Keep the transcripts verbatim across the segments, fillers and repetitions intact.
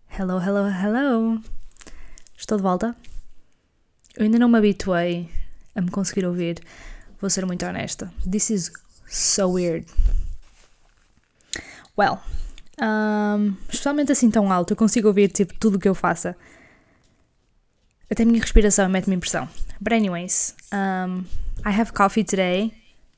Hello, hello, hello! Estou de volta. Eu ainda não me habituei a me conseguir ouvir. Vou ser muito honesta. This is so weird. Well, um, especialmente assim tão alto, eu consigo ouvir tipo tudo o que eu faça. Até a minha respiração mete-me impressão. But anyways, um, I have coffee today.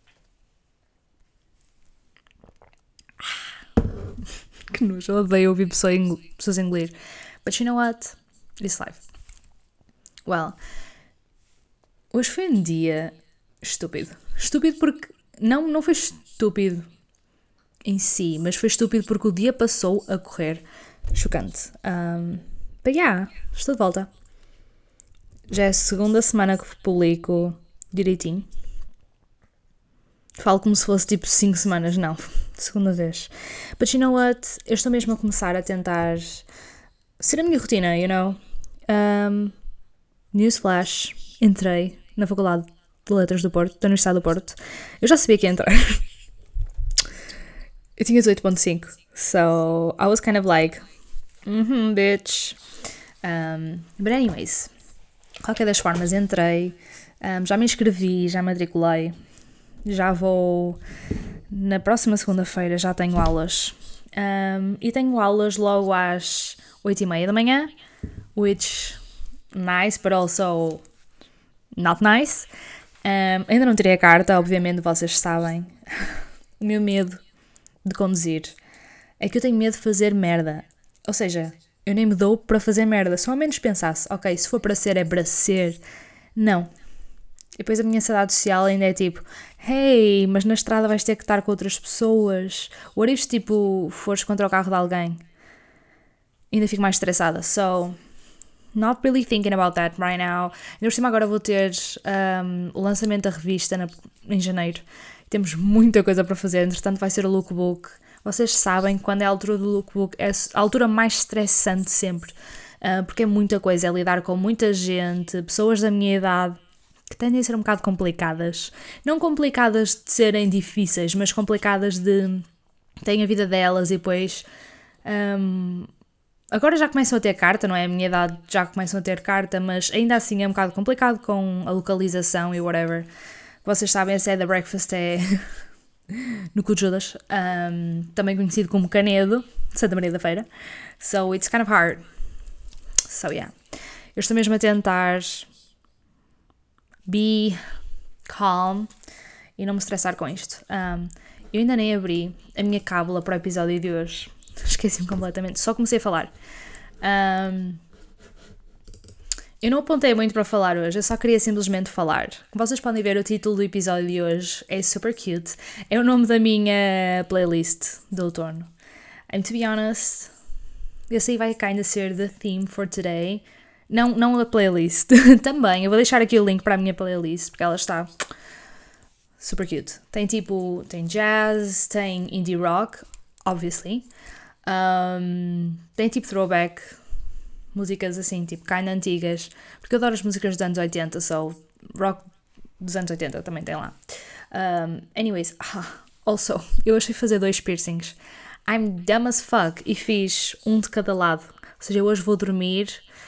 Que nojo, eu odeio ouvir pessoas engol- pessoas engolir. But you know what? It's life. Well, hoje foi um dia estúpido. Estúpido porque... Não, não foi estúpido em si, mas foi estúpido porque o dia passou a correr. Chocante. Um, but yeah, estou de volta. Já é a segunda semana que publico direitinho. Falo como se fosse tipo cinco semanas, não. Segunda vez. But you know what? Eu estou mesmo a começar a tentar ser a minha rotina, you know? Um, newsflash. Entrei na Faculdade de Letras do Porto, da Universidade do Porto. Eu já sabia que ia entrar. Eu tinha dezoito ponto cinco. So, I was kind of like, mhm, bitch. Um, but anyways, qualquer das formas, entrei. Um, já me inscrevi, já matriculei. Já vou... Na próxima segunda-feira já tenho aulas. Um, e tenho aulas logo às oito e meia da manhã. Which, nice, but also not nice. Um, ainda não tirei a carta, obviamente vocês sabem. O meu medo de conduzir é que eu tenho medo de fazer merda. Ou seja, eu nem me dou para fazer merda. Se ao menos pensasse, ok, se for para ser, é para ser. Não. E depois a minha ansiedade social ainda é tipo, hey, mas na estrada vais ter que estar com outras pessoas. What if, tipo, fores contra o carro de alguém? Ainda fico mais estressada. So, not really thinking about that right now. Ainda por cima agora vou ter um, o lançamento da revista na, em janeiro. Temos muita coisa para fazer. Entretanto vai ser o lookbook. Vocês sabem, quando é a altura do lookbook, é a altura mais estressante sempre. Uh, porque é muita coisa. É lidar com muita gente, pessoas da minha idade, que tendem a ser um bocado complicadas. Não complicadas de serem difíceis, mas complicadas de... têm a vida delas e depois... Um, agora já começam a ter carta, não é? A minha idade já começam a ter carta, mas ainda assim é um bocado complicado com a localização e whatever. Vocês sabem, a sede da Breakfast é no Cu de Judas, um, também conhecido como Canedo, Santa Maria da Feira. So it's kind of hard. So yeah. Eu estou mesmo a tentar be calm e não me estressar com isto. Um, eu ainda nem abri a minha cábula para o episódio de hoje. Esqueci-me completamente. Só comecei a falar. Um, eu não apontei muito para falar hoje. Eu só queria simplesmente falar. Como vocês podem ver, o título do episódio de hoje é super cute. É o nome da minha playlist de outono. And to be honest, esse aí vai kinda ser the theme for today. Não, não a playlist. Também. Eu vou deixar aqui o link para a minha playlist, porque ela está super cute. Tem tipo... Tem jazz, tem indie rock, obviously. Um, tem tipo throwback, músicas assim, tipo kinda antigas, porque eu adoro as músicas dos anos oitenta, so rock dos anos oitenta também tem lá. Um, anyways, ah, also, eu achei fazer dois piercings. I'm dumb as fuck e fiz um de cada lado. Ou seja, eu hoje vou dormir.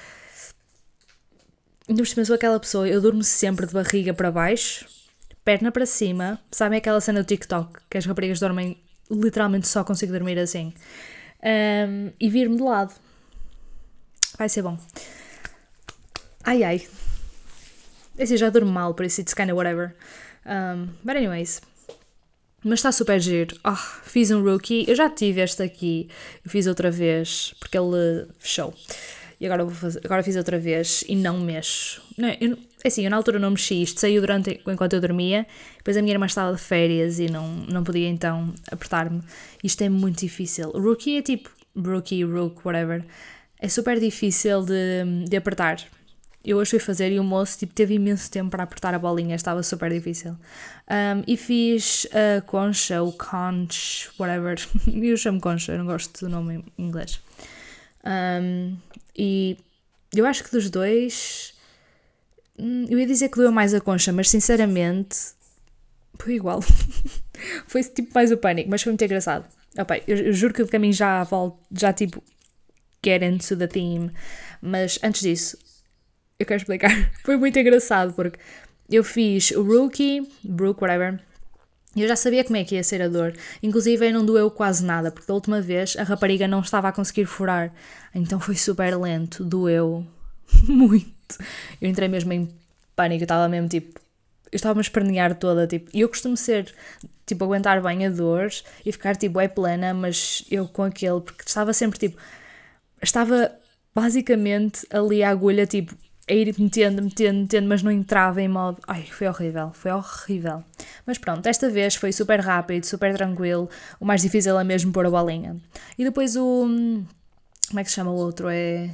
Ainda por cima sou aquela pessoa, eu durmo sempre de barriga para baixo, perna para cima. Sabem aquela cena do TikTok que as raparigas dormem, literalmente só consigo dormir assim. Um, e vir-me de lado. Vai ser bom. Ai ai. Esse já durmo mal, por isso it's kinda whatever. Um, but anyways. Mas está super giro. Oh, fiz um rookie. Eu já tive este aqui. Eu fiz outra vez porque ele fechou. E agora, vou fazer, agora fiz outra vez e não mexo. Não, eu, assim, eu na altura não mexi. Isto saiu durante, enquanto eu dormia. Depois a minha irmã estava de férias e não, não podia então apertar-me. Isto é muito difícil. O rookie é tipo... Rookie, rook, whatever. É super difícil de, de apertar. Eu hoje fui fazer e o moço tipo, teve imenso tempo para apertar a bolinha. Estava super difícil. Um, e fiz a concha, o conch, whatever. Eu chamo concha, eu não gosto do nome em inglês. Um, e eu acho que dos dois eu ia dizer que doeu mais a concha, mas sinceramente foi igual. Foi tipo mais o pânico, mas foi muito engraçado. Opa, eu, eu juro que o caminho já volto, já tipo get into the theme. Mas antes disso, eu quero explicar. Foi muito engraçado porque eu fiz o Rookie, Brook, whatever, e eu já sabia como é que ia ser a dor. Inclusive não doeu quase nada, porque da última vez a rapariga não estava a conseguir furar. Então foi super lento, doeu muito. Eu entrei mesmo em pânico, eu estava mesmo tipo... Eu estava-me a espernear toda, tipo... E eu costumo ser, tipo, aguentar bem a dor e ficar, tipo, é plena, mas eu com aquele... Porque estava sempre, tipo... Estava basicamente ali a agulha, tipo... A ir metendo, metendo, metendo, mas não entrava em modo... Ai, foi horrível, foi horrível. Mas pronto, desta vez foi super rápido, super tranquilo. O mais difícil é mesmo pôr a bolinha. E depois o... Como é que se chama o outro? É...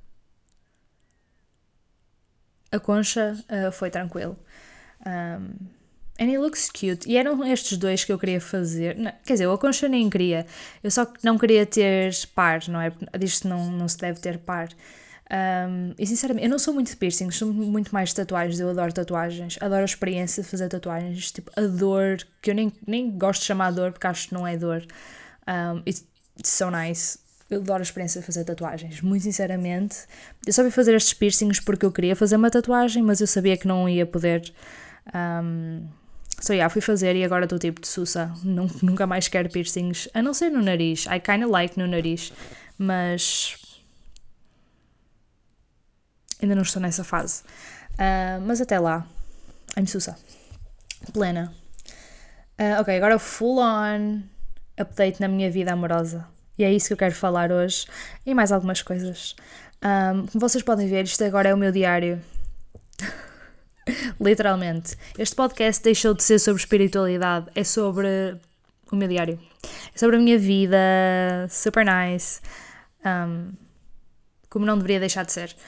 A concha uh, foi tranquilo. Um, and it looks cute. E eram estes dois que eu queria fazer. Não, quer dizer, a concha nem queria. Eu só não queria ter par, não é? Diz que não, não se deve ter par. Um, e sinceramente, eu não sou muito de piercings, sou muito mais de tatuagens. Eu adoro tatuagens, adoro a experiência de fazer tatuagens. Tipo, a dor, que eu nem, nem gosto de chamar dor porque acho que não é dor. Um, it's, it's so nice. Eu adoro a experiência de fazer tatuagens, muito sinceramente. Eu só fui fazer estes piercings porque eu queria fazer uma tatuagem, mas eu sabia que não ia poder. Um, so yeah, fui fazer e agora estou tipo de sussa. Nunca mais quero piercings, a não ser no nariz. I kinda like no nariz, mas ainda não estou nessa fase. Uh, mas até lá, I'm sussa. Plena. Uh, ok, agora full on update na minha vida amorosa. E é isso que eu quero falar hoje e mais algumas coisas. Um, como vocês podem ver, isto agora é o meu diário. Literalmente. Este podcast deixou de ser sobre espiritualidade, é sobre o meu diário. É sobre a minha vida, super nice. Um, como não deveria deixar de ser.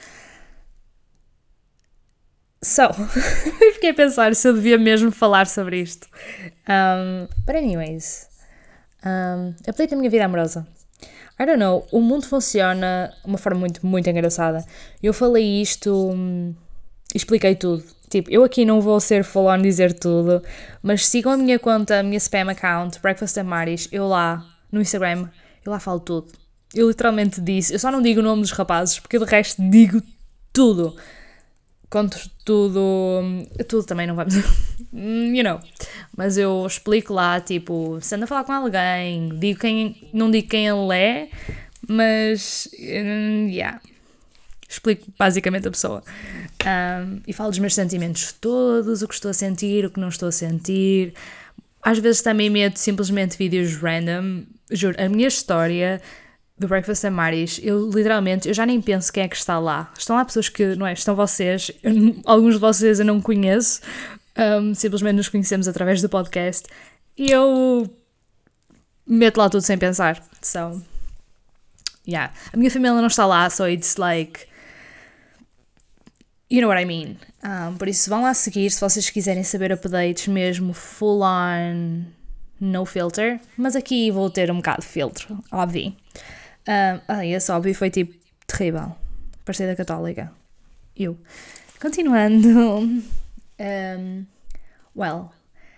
So, fiquei a pensar se eu devia mesmo falar sobre isto. Um, but anyways, um, update a minha vida amorosa. I don't know, o mundo funciona de uma forma muito, muito engraçada. Eu falei isto hum, e expliquei tudo. Tipo, eu aqui não vou ser full on dizer tudo, mas sigam a minha conta, a minha spam account, Breakfast and Maris, eu lá, no Instagram, eu lá falo tudo. Eu literalmente disse, eu só não digo o nome dos rapazes, porque de resto digo tudo. Conto tudo, tudo também não vamos, you know, mas eu explico lá, tipo, se ando a falar com alguém, digo quem, não digo quem ele é, mas, um, yeah, explico basicamente a pessoa, um, e falo dos meus sentimentos todos, o que estou a sentir, o que não estou a sentir, às vezes também meto simplesmente vídeos random, juro, a minha história do Breakfast and Maris, eu literalmente, eu já nem penso quem é que está lá. Estão lá pessoas que, não é, estão vocês, eu, alguns de vocês eu não conheço, um, simplesmente nos conhecemos através do podcast, e eu meto lá tudo sem pensar. So, yeah. A minha família não está lá, so it's like, you know what I mean. Um, por isso, vão lá seguir, se vocês quiserem saber updates mesmo, full on, no filter, mas aqui vou ter um bocado de filtro, óbvio. Um, ah, esse óbvio foi tipo terrível. Parecia da Católica. Eu. Continuando. Um, well.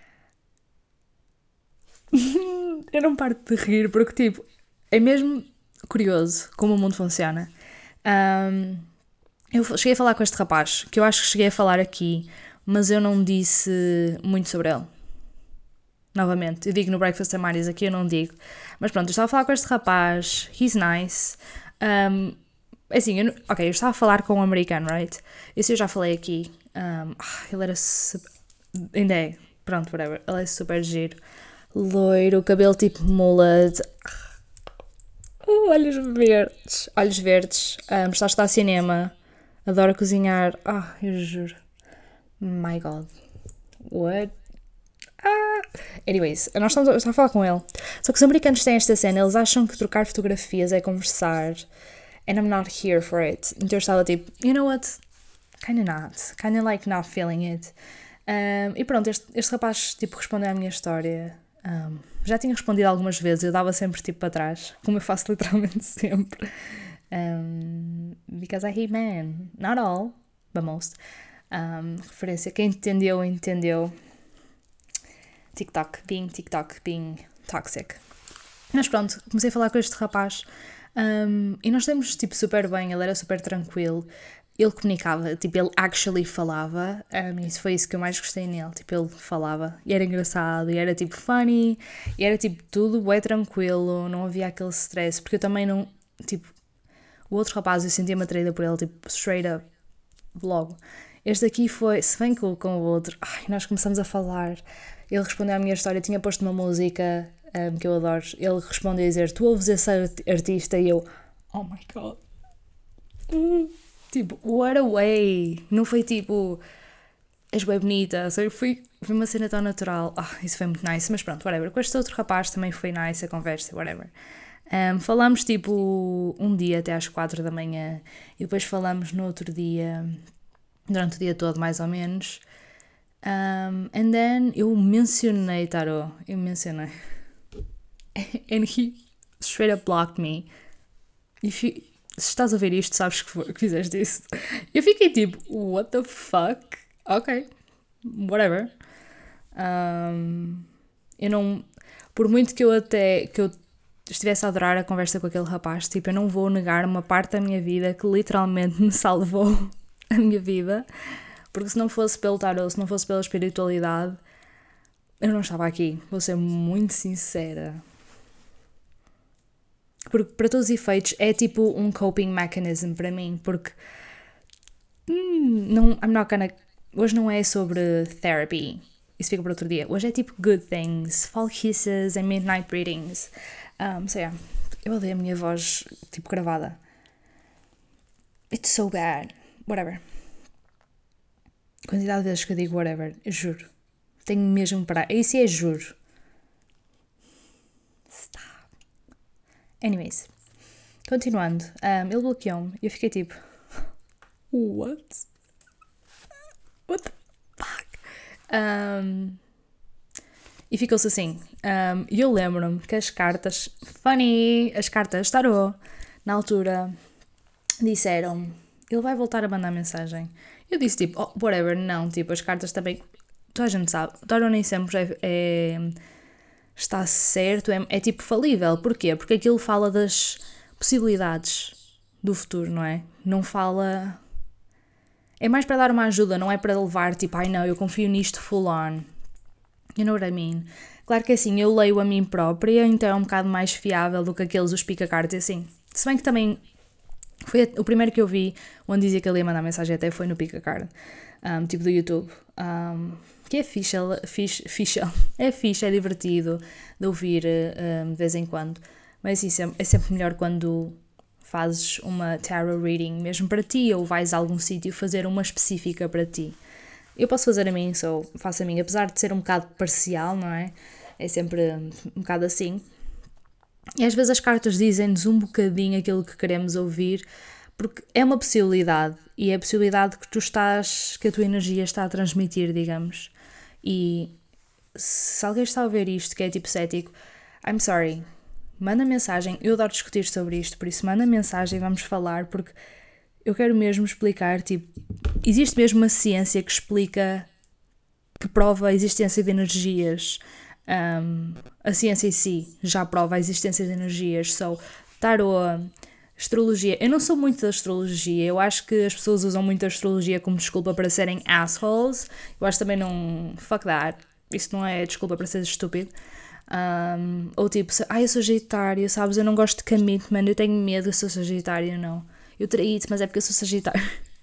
Eu não paro de rir porque, tipo, é mesmo curioso como o mundo funciona. Um, eu cheguei a falar com este rapaz, que eu acho que cheguei a falar aqui, mas eu não disse muito sobre ele. Novamente, eu digo no Breakfast and Maris, aqui eu não digo. Mas pronto, eu estava a falar com este rapaz, he's nice. Um, assim, eu, ok, eu estava a falar com um americano, right? Isso eu já falei aqui. Um, ele era super, ainda é, pronto, whatever. Ele é super giro. Loiro, cabelo tipo mullet. Uh, olhos verdes. Olhos verdes. Um, está a estudar cinema. Adora cozinhar. Ah, eu juro. My God. What? Ah. Anyways, nós estamos a, estamos a falar com ele. Só que os americanos têm esta cena, eles acham que trocar fotografias é conversar. And I'm not here for it. Então eu estava tipo, you know what? Kinda not. Kinda like not feeling it. Um, e pronto, este, este rapaz tipo respondeu à minha história. Um, já tinha respondido algumas vezes, eu dava sempre tipo para trás, como eu faço literalmente sempre. Um, because I hate men. Not all, but most. Um, referência, quem entendeu, entendeu. TikTok, being TikTok, being toxic. Mas pronto, comecei a falar com este rapaz Um, e nós temos tipo super bem, ele era super tranquilo, ele comunicava, tipo, ele actually falava, um, e isso foi isso que eu mais gostei nele, tipo, ele falava, e era engraçado, e era tipo funny, e era tipo tudo bem tranquilo, não havia aquele stress, porque eu também não, tipo, o outro rapaz eu sentia-me atraída por ele, tipo, straight up, logo. Este aqui foi, se bem com, com o outro, ai, nós começamos a falar, ele respondeu à minha história, tinha posto uma música um, que eu adoro, ele respondeu a dizer, tu ouves esse artista? E eu, oh my god, uh, tipo, what a way, não foi tipo, és bem bonita, só foi, foi uma cena tão natural, ah, isso foi muito nice, mas pronto, whatever, com este outro rapaz também foi nice a conversa, whatever. Um, falamos tipo um dia até às quatro da manhã e depois falamos no outro dia, durante o dia todo mais ou menos. Um, and then eu mencionei Tarot, eu mencionei. And he straight up blocked me. If you, se estás a ver isto, sabes que, foi, que fizeste isso. Eu fiquei tipo, what the fuck? Ok, whatever. Um, eu não. Por muito que eu até. Que eu estivesse a adorar a conversa com aquele rapaz, tipo, eu não vou negar uma parte da minha vida que literalmente me salvou a minha vida, porque se não fosse pelo tarot, se não fosse pela espiritualidade, eu não estava aqui, vou ser muito sincera. Porque para todos os efeitos é tipo um coping mechanism para mim, porque hum, não, I'm not gonna, hoje não é sobre therapy, isso fica para outro dia, hoje é tipo good things, fall kisses and midnight readings. Um, so yeah, eu odeio a minha voz, tipo, gravada. It's so bad. Whatever. Quantidade de vezes que eu digo whatever, eu juro. Tenho mesmo que parar. Isso é juro. Stop. Anyways. Continuando. Um, ele bloqueou-me e eu fiquei tipo... What? What the fuck? Um... E ficou-se assim. E um, eu lembro-me que as cartas, funny, as cartas tarot, na altura, disseram, ele vai voltar a mandar mensagem. Eu disse tipo, oh, whatever, não, tipo, as cartas também, toda a gente sabe, o tarot nem sempre é, é, está certo, é, é tipo falível. Porquê? Porque aquilo fala das possibilidades do futuro, não é? Não fala... É mais para dar uma ajuda, não é para levar tipo, ai não, eu confio nisto full on. You know what I mean? Claro que assim, eu leio a mim própria, então é um bocado mais fiável do que aqueles os pica-cartas assim. Se bem que também foi o primeiro que eu vi onde dizia que ele ia mandar mensagem, até foi no pica-card, um, tipo do YouTube. Um, que é fixe, fixe, fixe, é fixe, é divertido de ouvir um, de vez em quando. Mas assim, é sempre melhor quando fazes uma tarot reading mesmo para ti, ou vais a algum sítio fazer uma específica para ti. Eu posso fazer a mim, só faço a mim, apesar de ser um bocado parcial, não é? É sempre um bocado assim. E às vezes as cartas dizem-nos um bocadinho aquilo que queremos ouvir, porque é uma possibilidade, e é a possibilidade que tu estás, que a tua energia está a transmitir, digamos. E se alguém está a ouvir isto, que é tipo cético, I'm sorry, manda mensagem, eu adoro discutir sobre isto, por isso manda mensagem e vamos falar, porque eu quero mesmo explicar, tipo, existe mesmo uma ciência que explica, que prova a existência de energias. Um, a ciência em si já prova a existência de energias. So, tarot, astrologia. Eu não sou muito da astrologia. Eu acho que as pessoas usam muito a astrologia como desculpa para serem assholes. Eu acho também não... Fuck that. Isso não é desculpa para ser estúpido. Um, ou tipo, ah, eu sou sagitário, sabes? Eu não gosto de commitment, eu tenho medo, eu sou sagitário, não. Eu traí-te, mas é porque eu sou sagitário.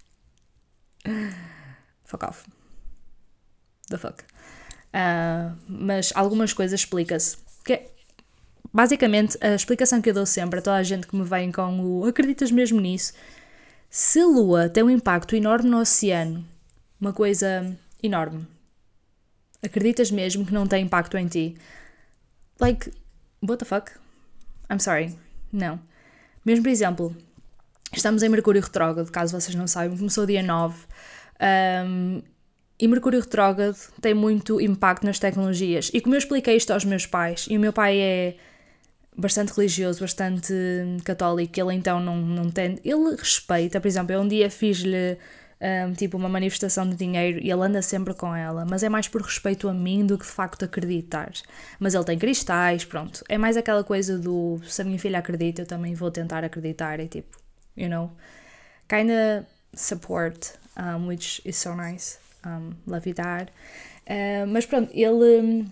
Fuck off. The fuck. Uh, mas algumas coisas explica-se. Que, basicamente, a explicação que eu dou sempre a toda a gente que me vem com o acreditas mesmo nisso? Se a Lua tem um impacto enorme no oceano, uma coisa enorme, acreditas mesmo que não tem impacto em ti? Like, what the fuck? I'm sorry. Não. Mesmo por exemplo, estamos em Mercúrio retrógrado, caso vocês não saibam, começou dia nove. Um, e Mercúrio retrógrado tem muito impacto nas tecnologias. E como eu expliquei isto aos meus pais, e o meu pai é bastante religioso, bastante católico, ele então não, não tem... Ele respeita, por exemplo, eu um dia fiz-lhe um, tipo uma manifestação de dinheiro e ele anda sempre com ela, mas é mais por respeito a mim do que de facto acreditar. Mas ele tem cristais, pronto. É mais aquela coisa do se a minha filha acredita, eu também vou tentar acreditar e tipo, you know, kinda support, um, which is so nice, um, love you dad. Uh, mas pronto, ele... Um,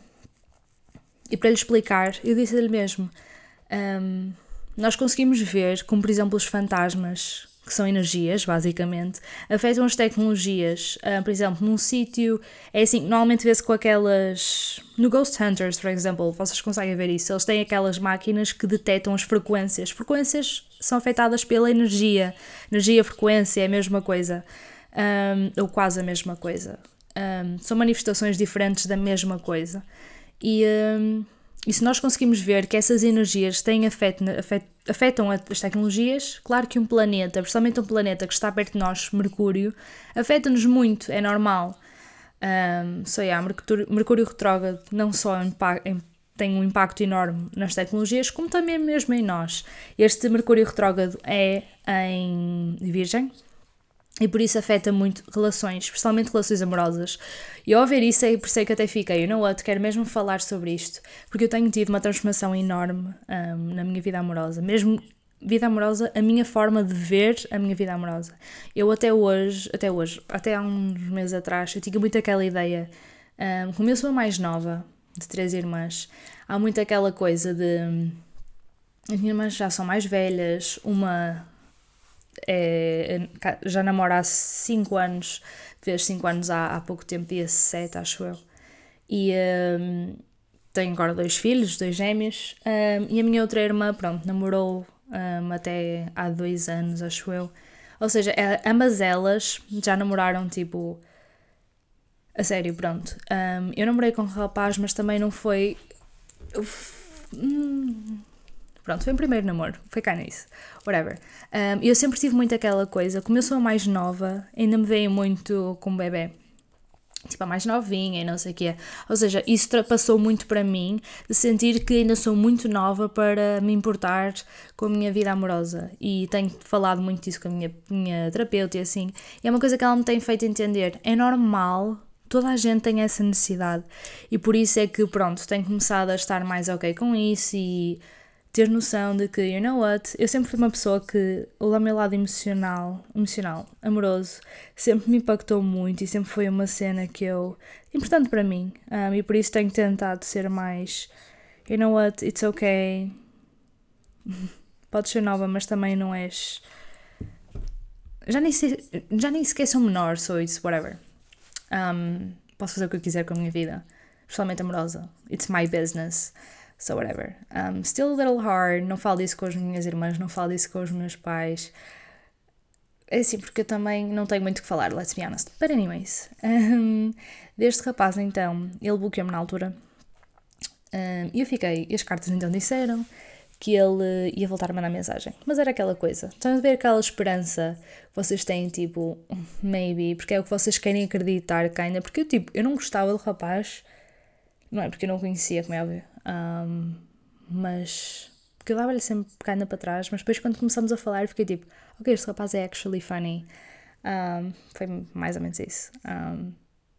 e para lhe explicar, eu disse-lhe mesmo, um, nós conseguimos ver como, por exemplo, os fantasmas, que são energias, basicamente, afetam as tecnologias. Uh, por exemplo, num sítio, é assim, normalmente vê-se com aquelas... No Ghost Hunters, por exemplo, vocês conseguem ver isso, eles têm aquelas máquinas que detectam as frequências. Frequências são afetadas pela energia. Energia, frequência, é a mesma coisa. Um, ou quase a mesma coisa. Um, são manifestações diferentes da mesma coisa. E, um, e se nós conseguimos ver que essas energias têm afeto, afet, afetam as tecnologias, claro que um planeta, principalmente um planeta que está perto de nós, Mercúrio, afeta-nos muito, é normal. Um, so yeah, Mercúrio, Mercúrio retrógrado não só impa- tem um impacto enorme nas tecnologias, como também mesmo em nós. Este Mercúrio retrógrado é em Virgem, e por isso afeta muito relações, especialmente relações amorosas. E ao ver isso, é por isso que até fiquei, you know what, quero mesmo falar sobre isto, porque eu tenho tido uma transformação enorme um, na minha vida amorosa. Mesmo vida amorosa, a minha forma de ver a minha vida amorosa. Eu até hoje, até hoje, até há uns meses atrás, eu tinha muito aquela ideia, um, como eu sou a mais nova, de três irmãs, há muito aquela coisa de... As minhas irmãs já são mais velhas, uma... É, já namoro há cinco anos, fez cinco anos há, há pouco tempo, dia sete, acho eu, e um, tenho agora dois filhos, dois gêmeos, um, e a minha outra irmã, pronto, namorou um, até há dois anos, acho eu, ou seja, é, ambas elas já namoraram, tipo, a sério, pronto. Um, eu namorei com um rapaz, mas também não foi... Hum, Pronto, foi o primeiro namoro, foi cá nisso, whatever. Um, eu sempre tive muito aquela coisa, como eu sou a mais nova, ainda me veio muito como bebê, tipo a mais novinha e não sei o quê. Ou seja, isso passou muito para mim, de sentir que ainda sou muito nova para me importar com a minha vida amorosa. E tenho falado muito disso com a minha, minha terapeuta e assim, e é uma coisa que ela me tem feito entender, é normal... Toda a gente tem essa necessidade e por isso é que, pronto, tenho começado a estar mais ok com isso e ter noção de que, you know what, eu sempre fui uma pessoa que o meu lado emocional, emocional, amoroso, sempre me impactou muito e sempre foi uma cena que eu, importante para mim, um, e por isso tenho tentado ser mais, you know what, it's okay, podes ser nova, mas também não és, já nem, sei, já nem sequer sou menor, so it's whatever. Um, posso fazer o que eu quiser com a minha vida, especialmente amorosa. It's my business, so whatever. Um, still a little hard, não falo disso com as minhas irmãs, não falo disso com os meus pais. É assim, porque eu também não tenho muito o que falar, let's be honest. But anyways, um, deste rapaz então, ele bloqueou-me na altura. E um, eu fiquei, e as cartas então disseram que ele ia voltar a mandar mensagem. Mas era aquela coisa. Estão a ver aquela esperança que vocês têm, tipo, maybe, porque é o que vocês querem acreditar, kinda. Porque eu, tipo, eu não gostava do rapaz, não é porque eu não o conhecia, como é óbvio, um, mas... Porque eu dava-lhe sempre kinda para trás, mas depois quando começamos a falar, eu fiquei tipo, ok, este rapaz é actually funny. Um, foi mais ou menos isso. Um,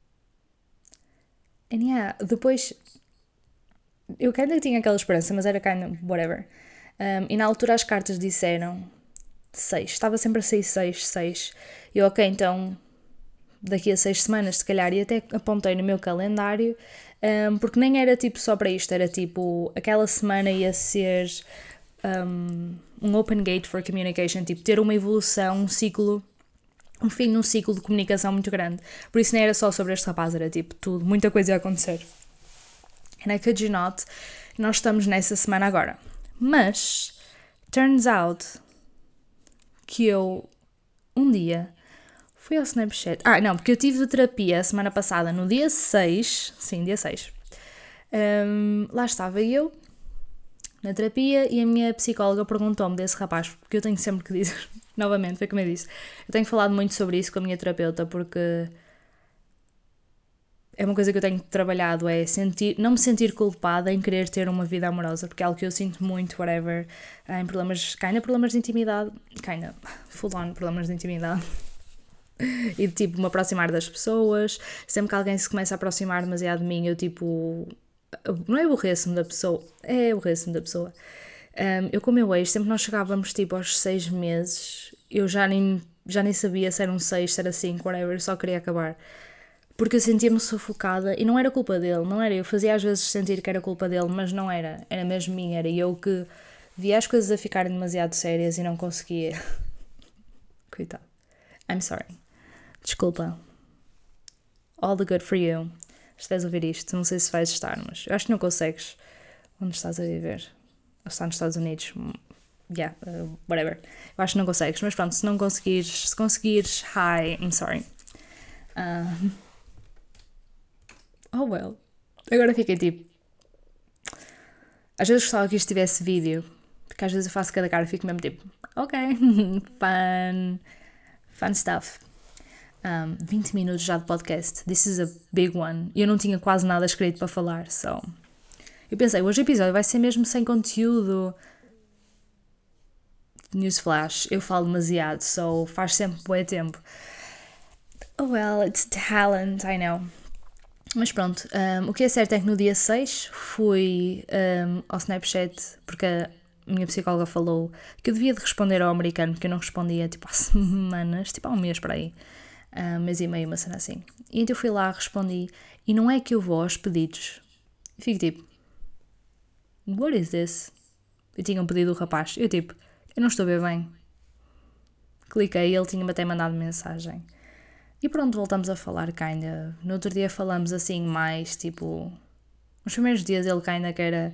and yeah, depois... Eu ainda tinha aquela esperança, mas era kind of whatever. Um, e na altura as cartas disseram seis. Estava sempre a sair seis, seis. E eu, ok, então daqui a seis semanas, se calhar, e até apontei no meu calendário, um, porque nem era tipo só para isto, era tipo, aquela semana ia ser um, um open gate for communication, tipo, ter uma evolução, um ciclo, um fim num ciclo de comunicação muito grande. Por isso nem era só sobre este rapaz, era tipo tudo, muita coisa ia acontecer. And I kid you not, nós estamos nessa semana agora. Mas, turns out que eu, um dia, fui ao Snapchat. Ah, não, porque eu tive terapia a semana passada, no dia seis. Sim, dia seis. Um, lá estava eu, na terapia, e a minha psicóloga perguntou-me desse rapaz, porque eu tenho sempre que dizer, novamente, foi como eu disse, eu tenho falado muito sobre isso com a minha terapeuta, porque... É uma coisa que eu tenho trabalhado, é sentir, não me sentir culpada em querer ter uma vida amorosa, porque é algo que eu sinto muito, whatever, em problemas, kinda problemas de intimidade, kinda, full on problemas de intimidade, e de tipo me aproximar das pessoas. Sempre que alguém se começa a aproximar demasiado de mim, eu tipo, não é aborreço-me da pessoa, é aborreço-me da pessoa. Um, eu com o meu ex, sempre que nós chegávamos tipo aos seis meses, eu já nem, já nem sabia se era um seis, se era cinco, whatever, eu só queria acabar. Porque eu sentia-me sufocada e não era culpa dele, não era. Eu fazia às vezes sentir que era culpa dele, mas não era. Era mesmo minha, era eu que via as coisas a ficarem demasiado sérias e não conseguia. Coitado. I'm sorry. Desculpa. All the good for you. Se estás a ouvir isto, não sei se vais estar, mas eu acho que não consegues. Onde estás a viver? Ou está nos Estados Unidos? Yeah, uh, whatever. Eu acho que não consegues, mas pronto, se não conseguires, se conseguires, hi, I'm sorry. Uh, oh well. Agora fiquei tipo. Às vezes gostava que isto tivesse vídeo, porque às vezes eu faço cada cara e fico mesmo tipo, ok, fun, fun stuff. Um, vinte minutos já de podcast. This is a big one. E eu não tinha quase nada escrito para falar, so. Eu pensei, hoje o episódio vai ser mesmo sem conteúdo. Newsflash, eu falo demasiado, so faz sempre bom tempo. Oh well, it's talent, I know. Mas pronto, um, o que é certo é que no dia seis fui um, ao Snapchat, porque a minha psicóloga falou que eu devia de responder ao americano, porque eu não respondia tipo há semanas, tipo há um mês para aí. Um mês e meio, uma cena assim. E então eu fui lá, respondi, e não é que eu vou aos pedidos. E fico tipo, what is this? E tinham pedido o rapaz. Eu tipo, eu não estou a ver bem. Cliquei e ele tinha-me até mandado mensagem. E pronto, voltamos a falar, kinda. No outro dia falamos assim mais, tipo... Nos primeiros dias ele kinda que era...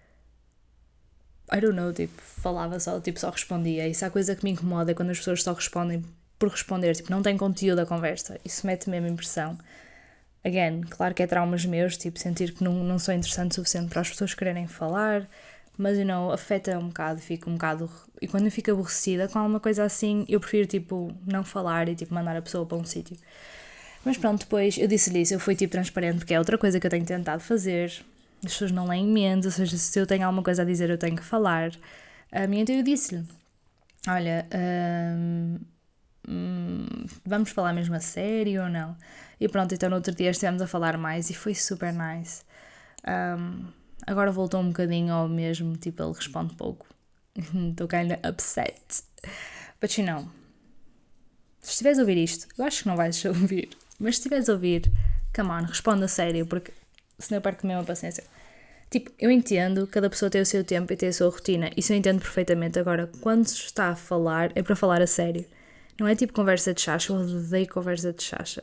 I don't know, tipo, falava só, tipo, só respondia. Isso é a coisa que me incomoda, é quando as pessoas só respondem por responder, tipo, não tem conteúdo a conversa. Isso mete mesmo impressão. Again, claro que é traumas meus, tipo, sentir que não, não sou interessante o suficiente para as pessoas quererem falar, mas, you know, afeta um bocado, fico um bocado... E quando eu fico aborrecida com alguma coisa assim, eu prefiro, tipo, não falar e, tipo, mandar a pessoa para um sítio. Mas pronto, depois eu disse-lhe isso, eu fui, tipo, transparente, porque é outra coisa que eu tenho tentado fazer. As pessoas não leem menos, ou seja, se eu tenho alguma coisa a dizer, eu tenho que falar. Um, e então eu disse-lhe, olha... Um, Hum, vamos falar mesmo a sério ou não? E pronto, então no outro dia estivemos a falar mais e foi super nice. Um, agora voltou um bocadinho ao mesmo, tipo, ele responde pouco. Estou kinda upset. But you know, se estiveres a ouvir isto, eu acho que não vais ouvir, mas se estiveres a ouvir, come on, responde a sério, porque senão eu perco mesmo a paciência. Tipo, eu entendo, cada pessoa tem o seu tempo e tem a sua rotina, isso eu entendo perfeitamente. Agora, quando se está a falar, é para falar a sério. Não é tipo conversa de chacha, eu odeio conversa de chacha.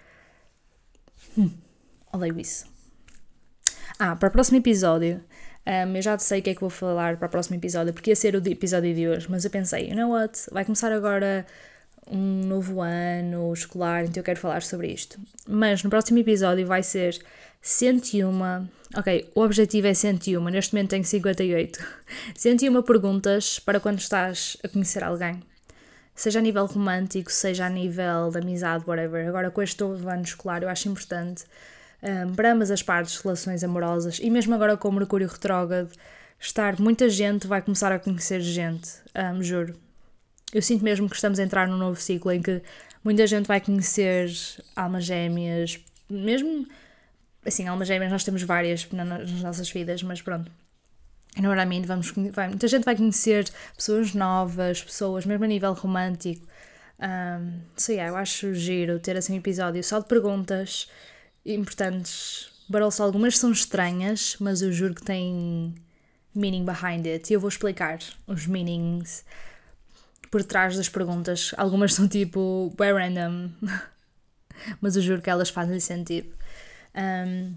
Hum, odeio isso. Ah, para o próximo episódio, um, eu já sei o que é que vou falar para o próximo episódio, porque ia ser o episódio de hoje, mas eu pensei, you know what, vai começar agora um novo ano escolar, então eu quero falar sobre isto. Mas no próximo episódio vai ser cento e um, ok, o objetivo é cento e um, neste momento tenho cinquenta e oito. cento e um perguntas para quando estás a conhecer alguém. Seja a nível romântico, seja a nível de amizade, whatever. Agora, com este novo ano escolar, eu acho importante um, para ambas as partes, relações amorosas, e mesmo agora com o Mercúrio retrógrado, estar, muita gente vai começar a conhecer gente, um, juro. Eu sinto mesmo que estamos a entrar num novo ciclo em que muita gente vai conhecer almas gêmeas, mesmo, assim, almas gêmeas nós temos várias nas nossas vidas, mas pronto. You know what I mean? Vamos, vai, muita gente vai conhecer pessoas novas, pessoas mesmo a nível romântico. Um, so yeah, eu acho giro ter assim um episódio só de perguntas importantes. But also algumas são estranhas, mas eu juro que tem meaning behind it. E eu vou explicar os meanings por trás das perguntas. Algumas são tipo bem random, mas eu juro que elas fazem sentido. Um,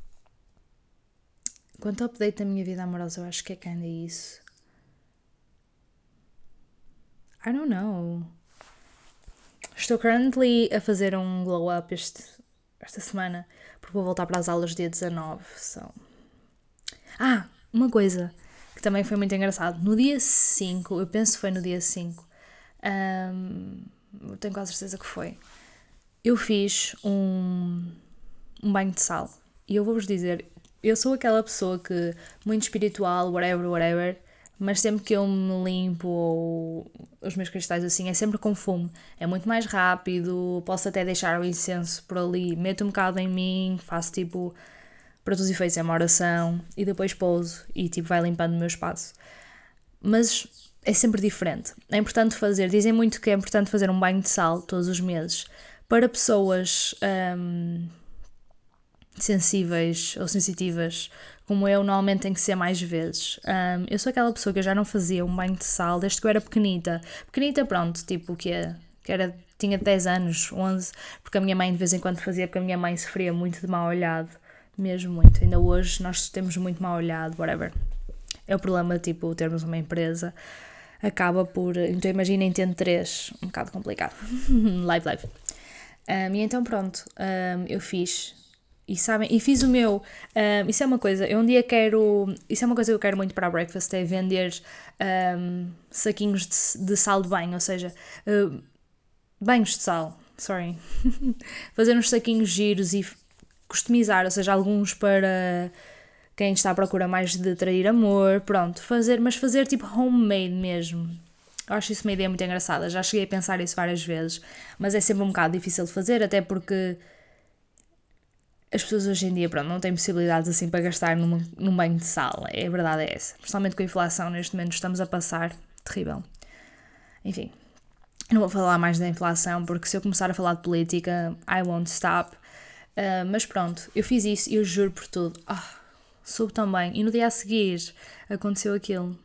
Quanto ao update da minha vida amorosa, eu acho que é que anda isso. I don't know. Estou currently a fazer um glow up este, esta semana, porque vou voltar para as aulas dia dezanove. So. Ah, uma coisa que também foi muito engraçado. No dia cinco, eu penso que foi no dia cinco, um, tenho quase certeza que foi, eu fiz um, um banho de sal. E eu vou-vos dizer... Eu sou aquela pessoa que, muito espiritual, whatever, whatever, mas sempre que eu me limpo ou os meus cristais assim, é sempre com fumo. É muito mais rápido, posso até deixar o incenso por ali, meto um bocado em mim, faço tipo, para todos os efeitos, é uma oração e depois pouso e tipo vai limpando o meu espaço. Mas é sempre diferente. É importante fazer, dizem muito que é importante fazer um banho de sal todos os meses para pessoas hum, sensíveis ou sensitivas como eu, normalmente tem que ser mais vezes. Um, eu sou aquela pessoa que eu já não fazia um banho de sal desde que eu era pequenita. Pequenita, pronto, tipo o que é? Que era, tinha dez anos, onze, porque a minha mãe de vez em quando fazia, porque a minha mãe sofria muito de mal olhado, mesmo muito. Ainda hoje nós temos muito mal olhado, whatever. É o problema, tipo, termos uma empresa, acaba por, então imaginem tendo três, um bocado complicado. live, live. Um, e então pronto, um, eu fiz... E sabem, e fiz o meu, um, isso é uma coisa, eu um dia quero, isso é uma coisa que eu quero muito para a breakfast, é vender um, saquinhos de, de sal de banho, ou seja, uh, banhos de sal, sorry, fazer uns saquinhos giros e customizar, ou seja, alguns para quem está à procura mais de atrair amor, pronto, fazer, mas fazer tipo homemade mesmo. Eu acho isso uma ideia muito engraçada, já cheguei a pensar isso várias vezes, mas é sempre um bocado difícil de fazer, até porque as pessoas hoje em dia, pronto, não têm possibilidades assim para gastar numa, num banho de sal. É, a verdade é essa. Principalmente com a inflação, neste momento estamos a passar. Terrível. Enfim, não vou falar mais da inflação, porque se eu começar a falar de política, I won't stop. Uh, mas pronto, eu fiz isso e eu juro por tudo. Oh, soube tão bem. E no dia a seguir aconteceu aquilo.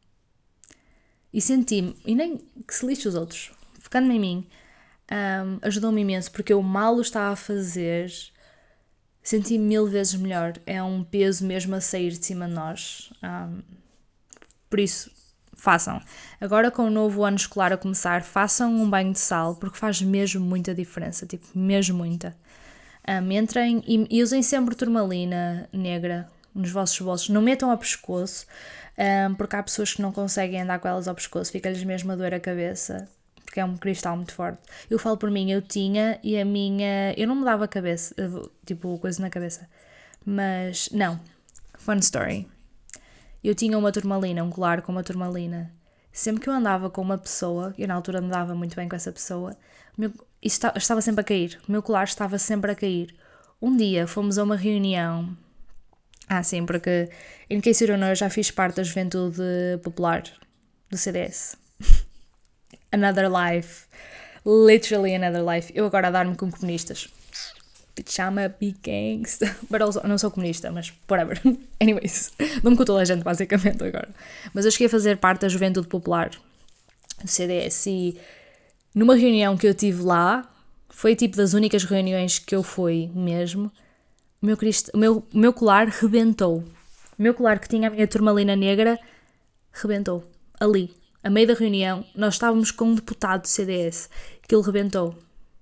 E senti-me, e nem que se lixe os outros, focando-me em mim, um, ajudou-me imenso, porque eu mal o estava a fazer... Senti-me mil vezes melhor. É um peso mesmo a sair de cima de nós. Um, por isso, façam. Agora com o novo ano escolar a começar, façam um banho de sal, porque faz mesmo muita diferença. Tipo, mesmo muita. Um, entrem e, e usem sempre turmalina negra nos vossos bolsos. Não metam ao pescoço, um, porque há pessoas que não conseguem andar com elas ao pescoço. Fica-lhes mesmo a doer a cabeça. Porque é um cristal muito forte. Eu falo por mim, eu tinha e a minha... Eu não me dava a cabeça, tipo, coisa na cabeça. Mas, não. Fun story. Eu tinha uma turmalina, um colar com uma turmalina. Sempre que eu andava com uma pessoa, eu na altura me dava muito bem com essa pessoa, o meu, isto estava sempre a cair. O meu colar estava sempre a cair. Um dia fomos a uma reunião... Ah, sim, porque, in case you don't know, eu já fiz parte da Juventude Popular do C D S. Another life. Literally another life. Eu agora a dar-me com comunistas. Chama Big Gangsta. But also, não sou comunista, mas whatever. Anyways. Dou-me com toda a gente, basicamente, agora. Mas eu cheguei a fazer parte da Juventude Popular do C D S e numa reunião que eu tive lá, foi tipo das únicas reuniões que eu fui mesmo, o meu, crist... o meu, o meu colar rebentou. O meu colar que tinha a minha turmalina negra rebentou. Ali. A meio da reunião, nós estávamos com um deputado do C D S, que ele rebentou.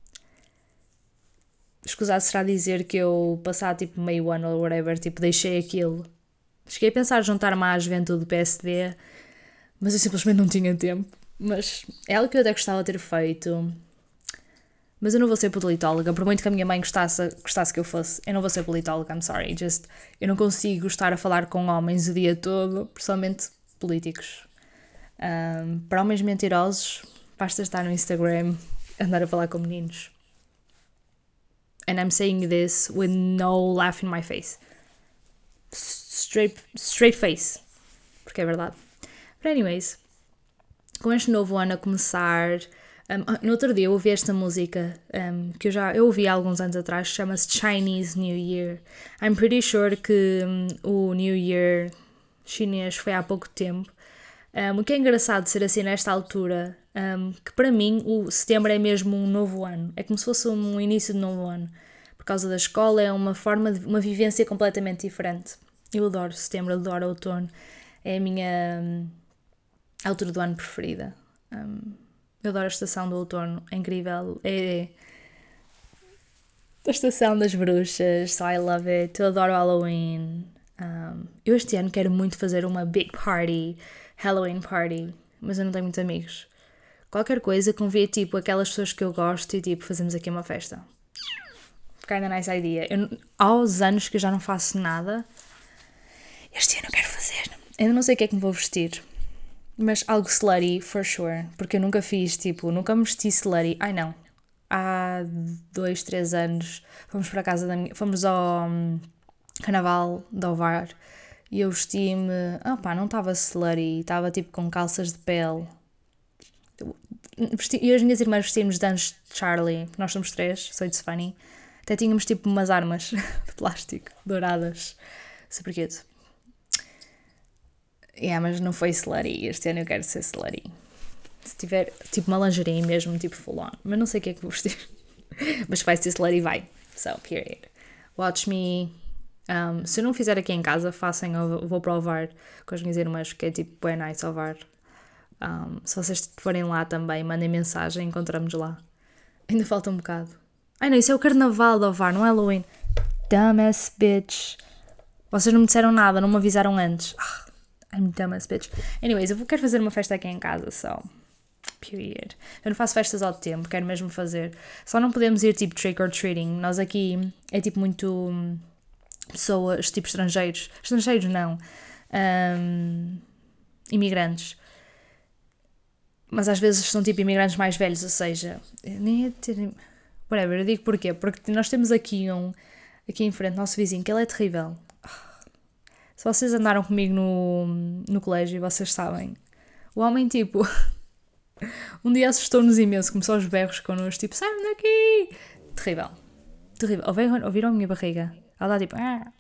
Escusado será dizer que eu, passar tipo meio ano ou whatever, tipo, deixei aquilo. Cheguei a pensar juntar-me à juventude do P S D, mas eu simplesmente não tinha tempo. Mas é algo que eu até gostava de ter feito. Mas eu não vou ser politóloga, por muito que a minha mãe gostasse, gostasse que eu fosse. Eu não vou ser politóloga, I'm sorry. Just, eu não consigo estar a falar com homens o dia todo, principalmente políticos. Um, para homens mentirosos, basta estar no Instagram, andar a falar com meninos. And I'm saying this with no laugh in my face. Straight, straight face. Porque é verdade. But anyways, com este novo ano a começar, um, no outro dia eu ouvi esta música um, que eu já eu ouvi há alguns anos atrás, chama-se Chinese New Year. I'm pretty sure que um, o New Year chinês foi há pouco tempo. Um, o que é engraçado de ser assim nesta altura, um, que para mim o setembro é mesmo um novo ano, é como se fosse um início de novo ano, por causa da escola, é uma forma de, uma vivência completamente diferente. Eu adoro setembro, adoro outono, é a minha um, altura do ano preferida. Um, eu adoro a estação do outono, é incrível, é a estação das bruxas, so I love it, eu adoro Halloween. Um, eu este ano quero muito fazer uma big party, Halloween party, mas eu não tenho muitos amigos. Qualquer coisa, convia tipo aquelas pessoas que eu gosto e tipo fazemos aqui uma festa. Kinda nice idea. Eu, há uns anos que eu já não faço nada. Este ano eu quero fazer. Ainda não sei o que é que me vou vestir. Mas algo slutty, for sure. Porque eu nunca fiz, tipo, nunca me vesti slutty. Ai não. Há dois, três anos fomos para a casa da minha. Fomos ao hum, Carnaval de Ovar e eu vesti-me. Ah pá, não estava slutty, estava tipo com calças de pele. Vesti, e as minhas irmãs vestimos de anjos de Charlie, que nós somos três, so it's funny. Até tínhamos tipo umas armas de plástico douradas. Super cute. Yeah, mas não foi slutty. Este ano eu quero ser slutty. Se tiver tipo uma lingerie mesmo, tipo full on. Mas não sei o que é que vou vestir. Mas vai ser slutty, vai. So, period. Watch me. Um, se eu não fizer aqui em casa, façam. Eu vou para o Ovar com as minhas irmãs, que é tipo bem nice Ovar. Um, se vocês forem lá também, mandem mensagem, encontramos lá. Ainda falta um bocado. Ai não, isso é o Carnaval de Ovar, não é Halloween. Dumbass bitch. Vocês não me disseram nada, não me avisaram antes. Ah, I'm dumbass bitch. Anyways, eu quero fazer uma festa aqui em casa, só. So. Period. Eu não faço festas ao tempo, quero mesmo fazer. Só não podemos ir tipo trick or treating. Nós aqui é tipo muito pessoas, tipo estrangeiros. Estrangeiros não. Um, imigrantes. Mas às vezes são tipo imigrantes mais velhos, ou seja, nem é ter. Whatever, eu digo porquê? Porque nós temos aqui um, aqui em frente, nosso vizinho, que ele é terrível. Se vocês andaram comigo no, no colégio, vocês sabem. O homem, tipo, um dia assustou-nos imenso, começou aos berros connosco, tipo, sai-me daqui! Terrível. Terrível. Ouviram, ouviram a minha barriga? Ela está tipo, ah.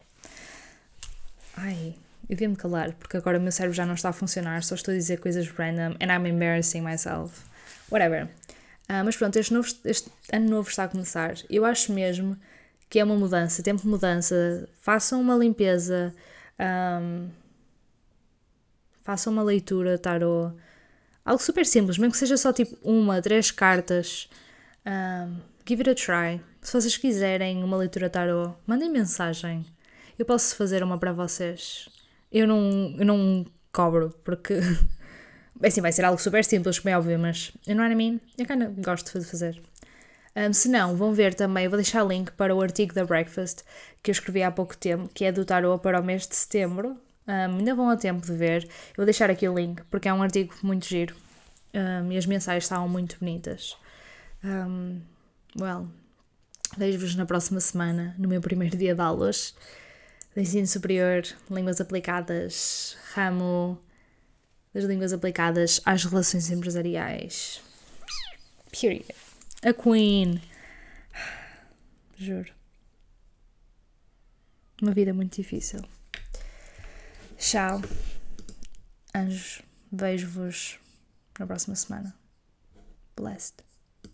Ai. Eu devia-me calar, porque agora o meu cérebro já não está a funcionar, só estou a dizer coisas random and I'm embarrassing myself. Whatever. Uh, mas pronto, este, novo, este ano novo está a começar. Eu acho mesmo que é uma mudança, tempo de mudança. Façam uma limpeza, um, façam uma leitura, tarot. Algo super simples, mesmo que seja só tipo uma, três cartas. Um, give it a try. Se vocês quiserem uma leitura tarot, mandem mensagem. Eu posso fazer uma para vocês. Eu não, eu não cobro, porque assim, vai ser algo super simples, como é óbvio, mas you know what I mean? Eu kind of gosto de fazer. Um, se não, vão ver também, eu vou deixar link para o artigo da Breakfast que eu escrevi há pouco tempo, que é do tarot para o mês de setembro. Um, ainda vão a tempo de ver. Eu vou deixar aqui o link, porque é um artigo muito giro. Um, e as mensagens estavam muito bonitas. Um, well, vejo-vos na próxima semana, no meu primeiro dia de aulas. De ensino superior, línguas aplicadas, ramo das línguas aplicadas às relações empresariais. Period. A Queen. Juro. Uma vida muito difícil. Tchau. Anjos. Vejo-vos na próxima semana. Blessed.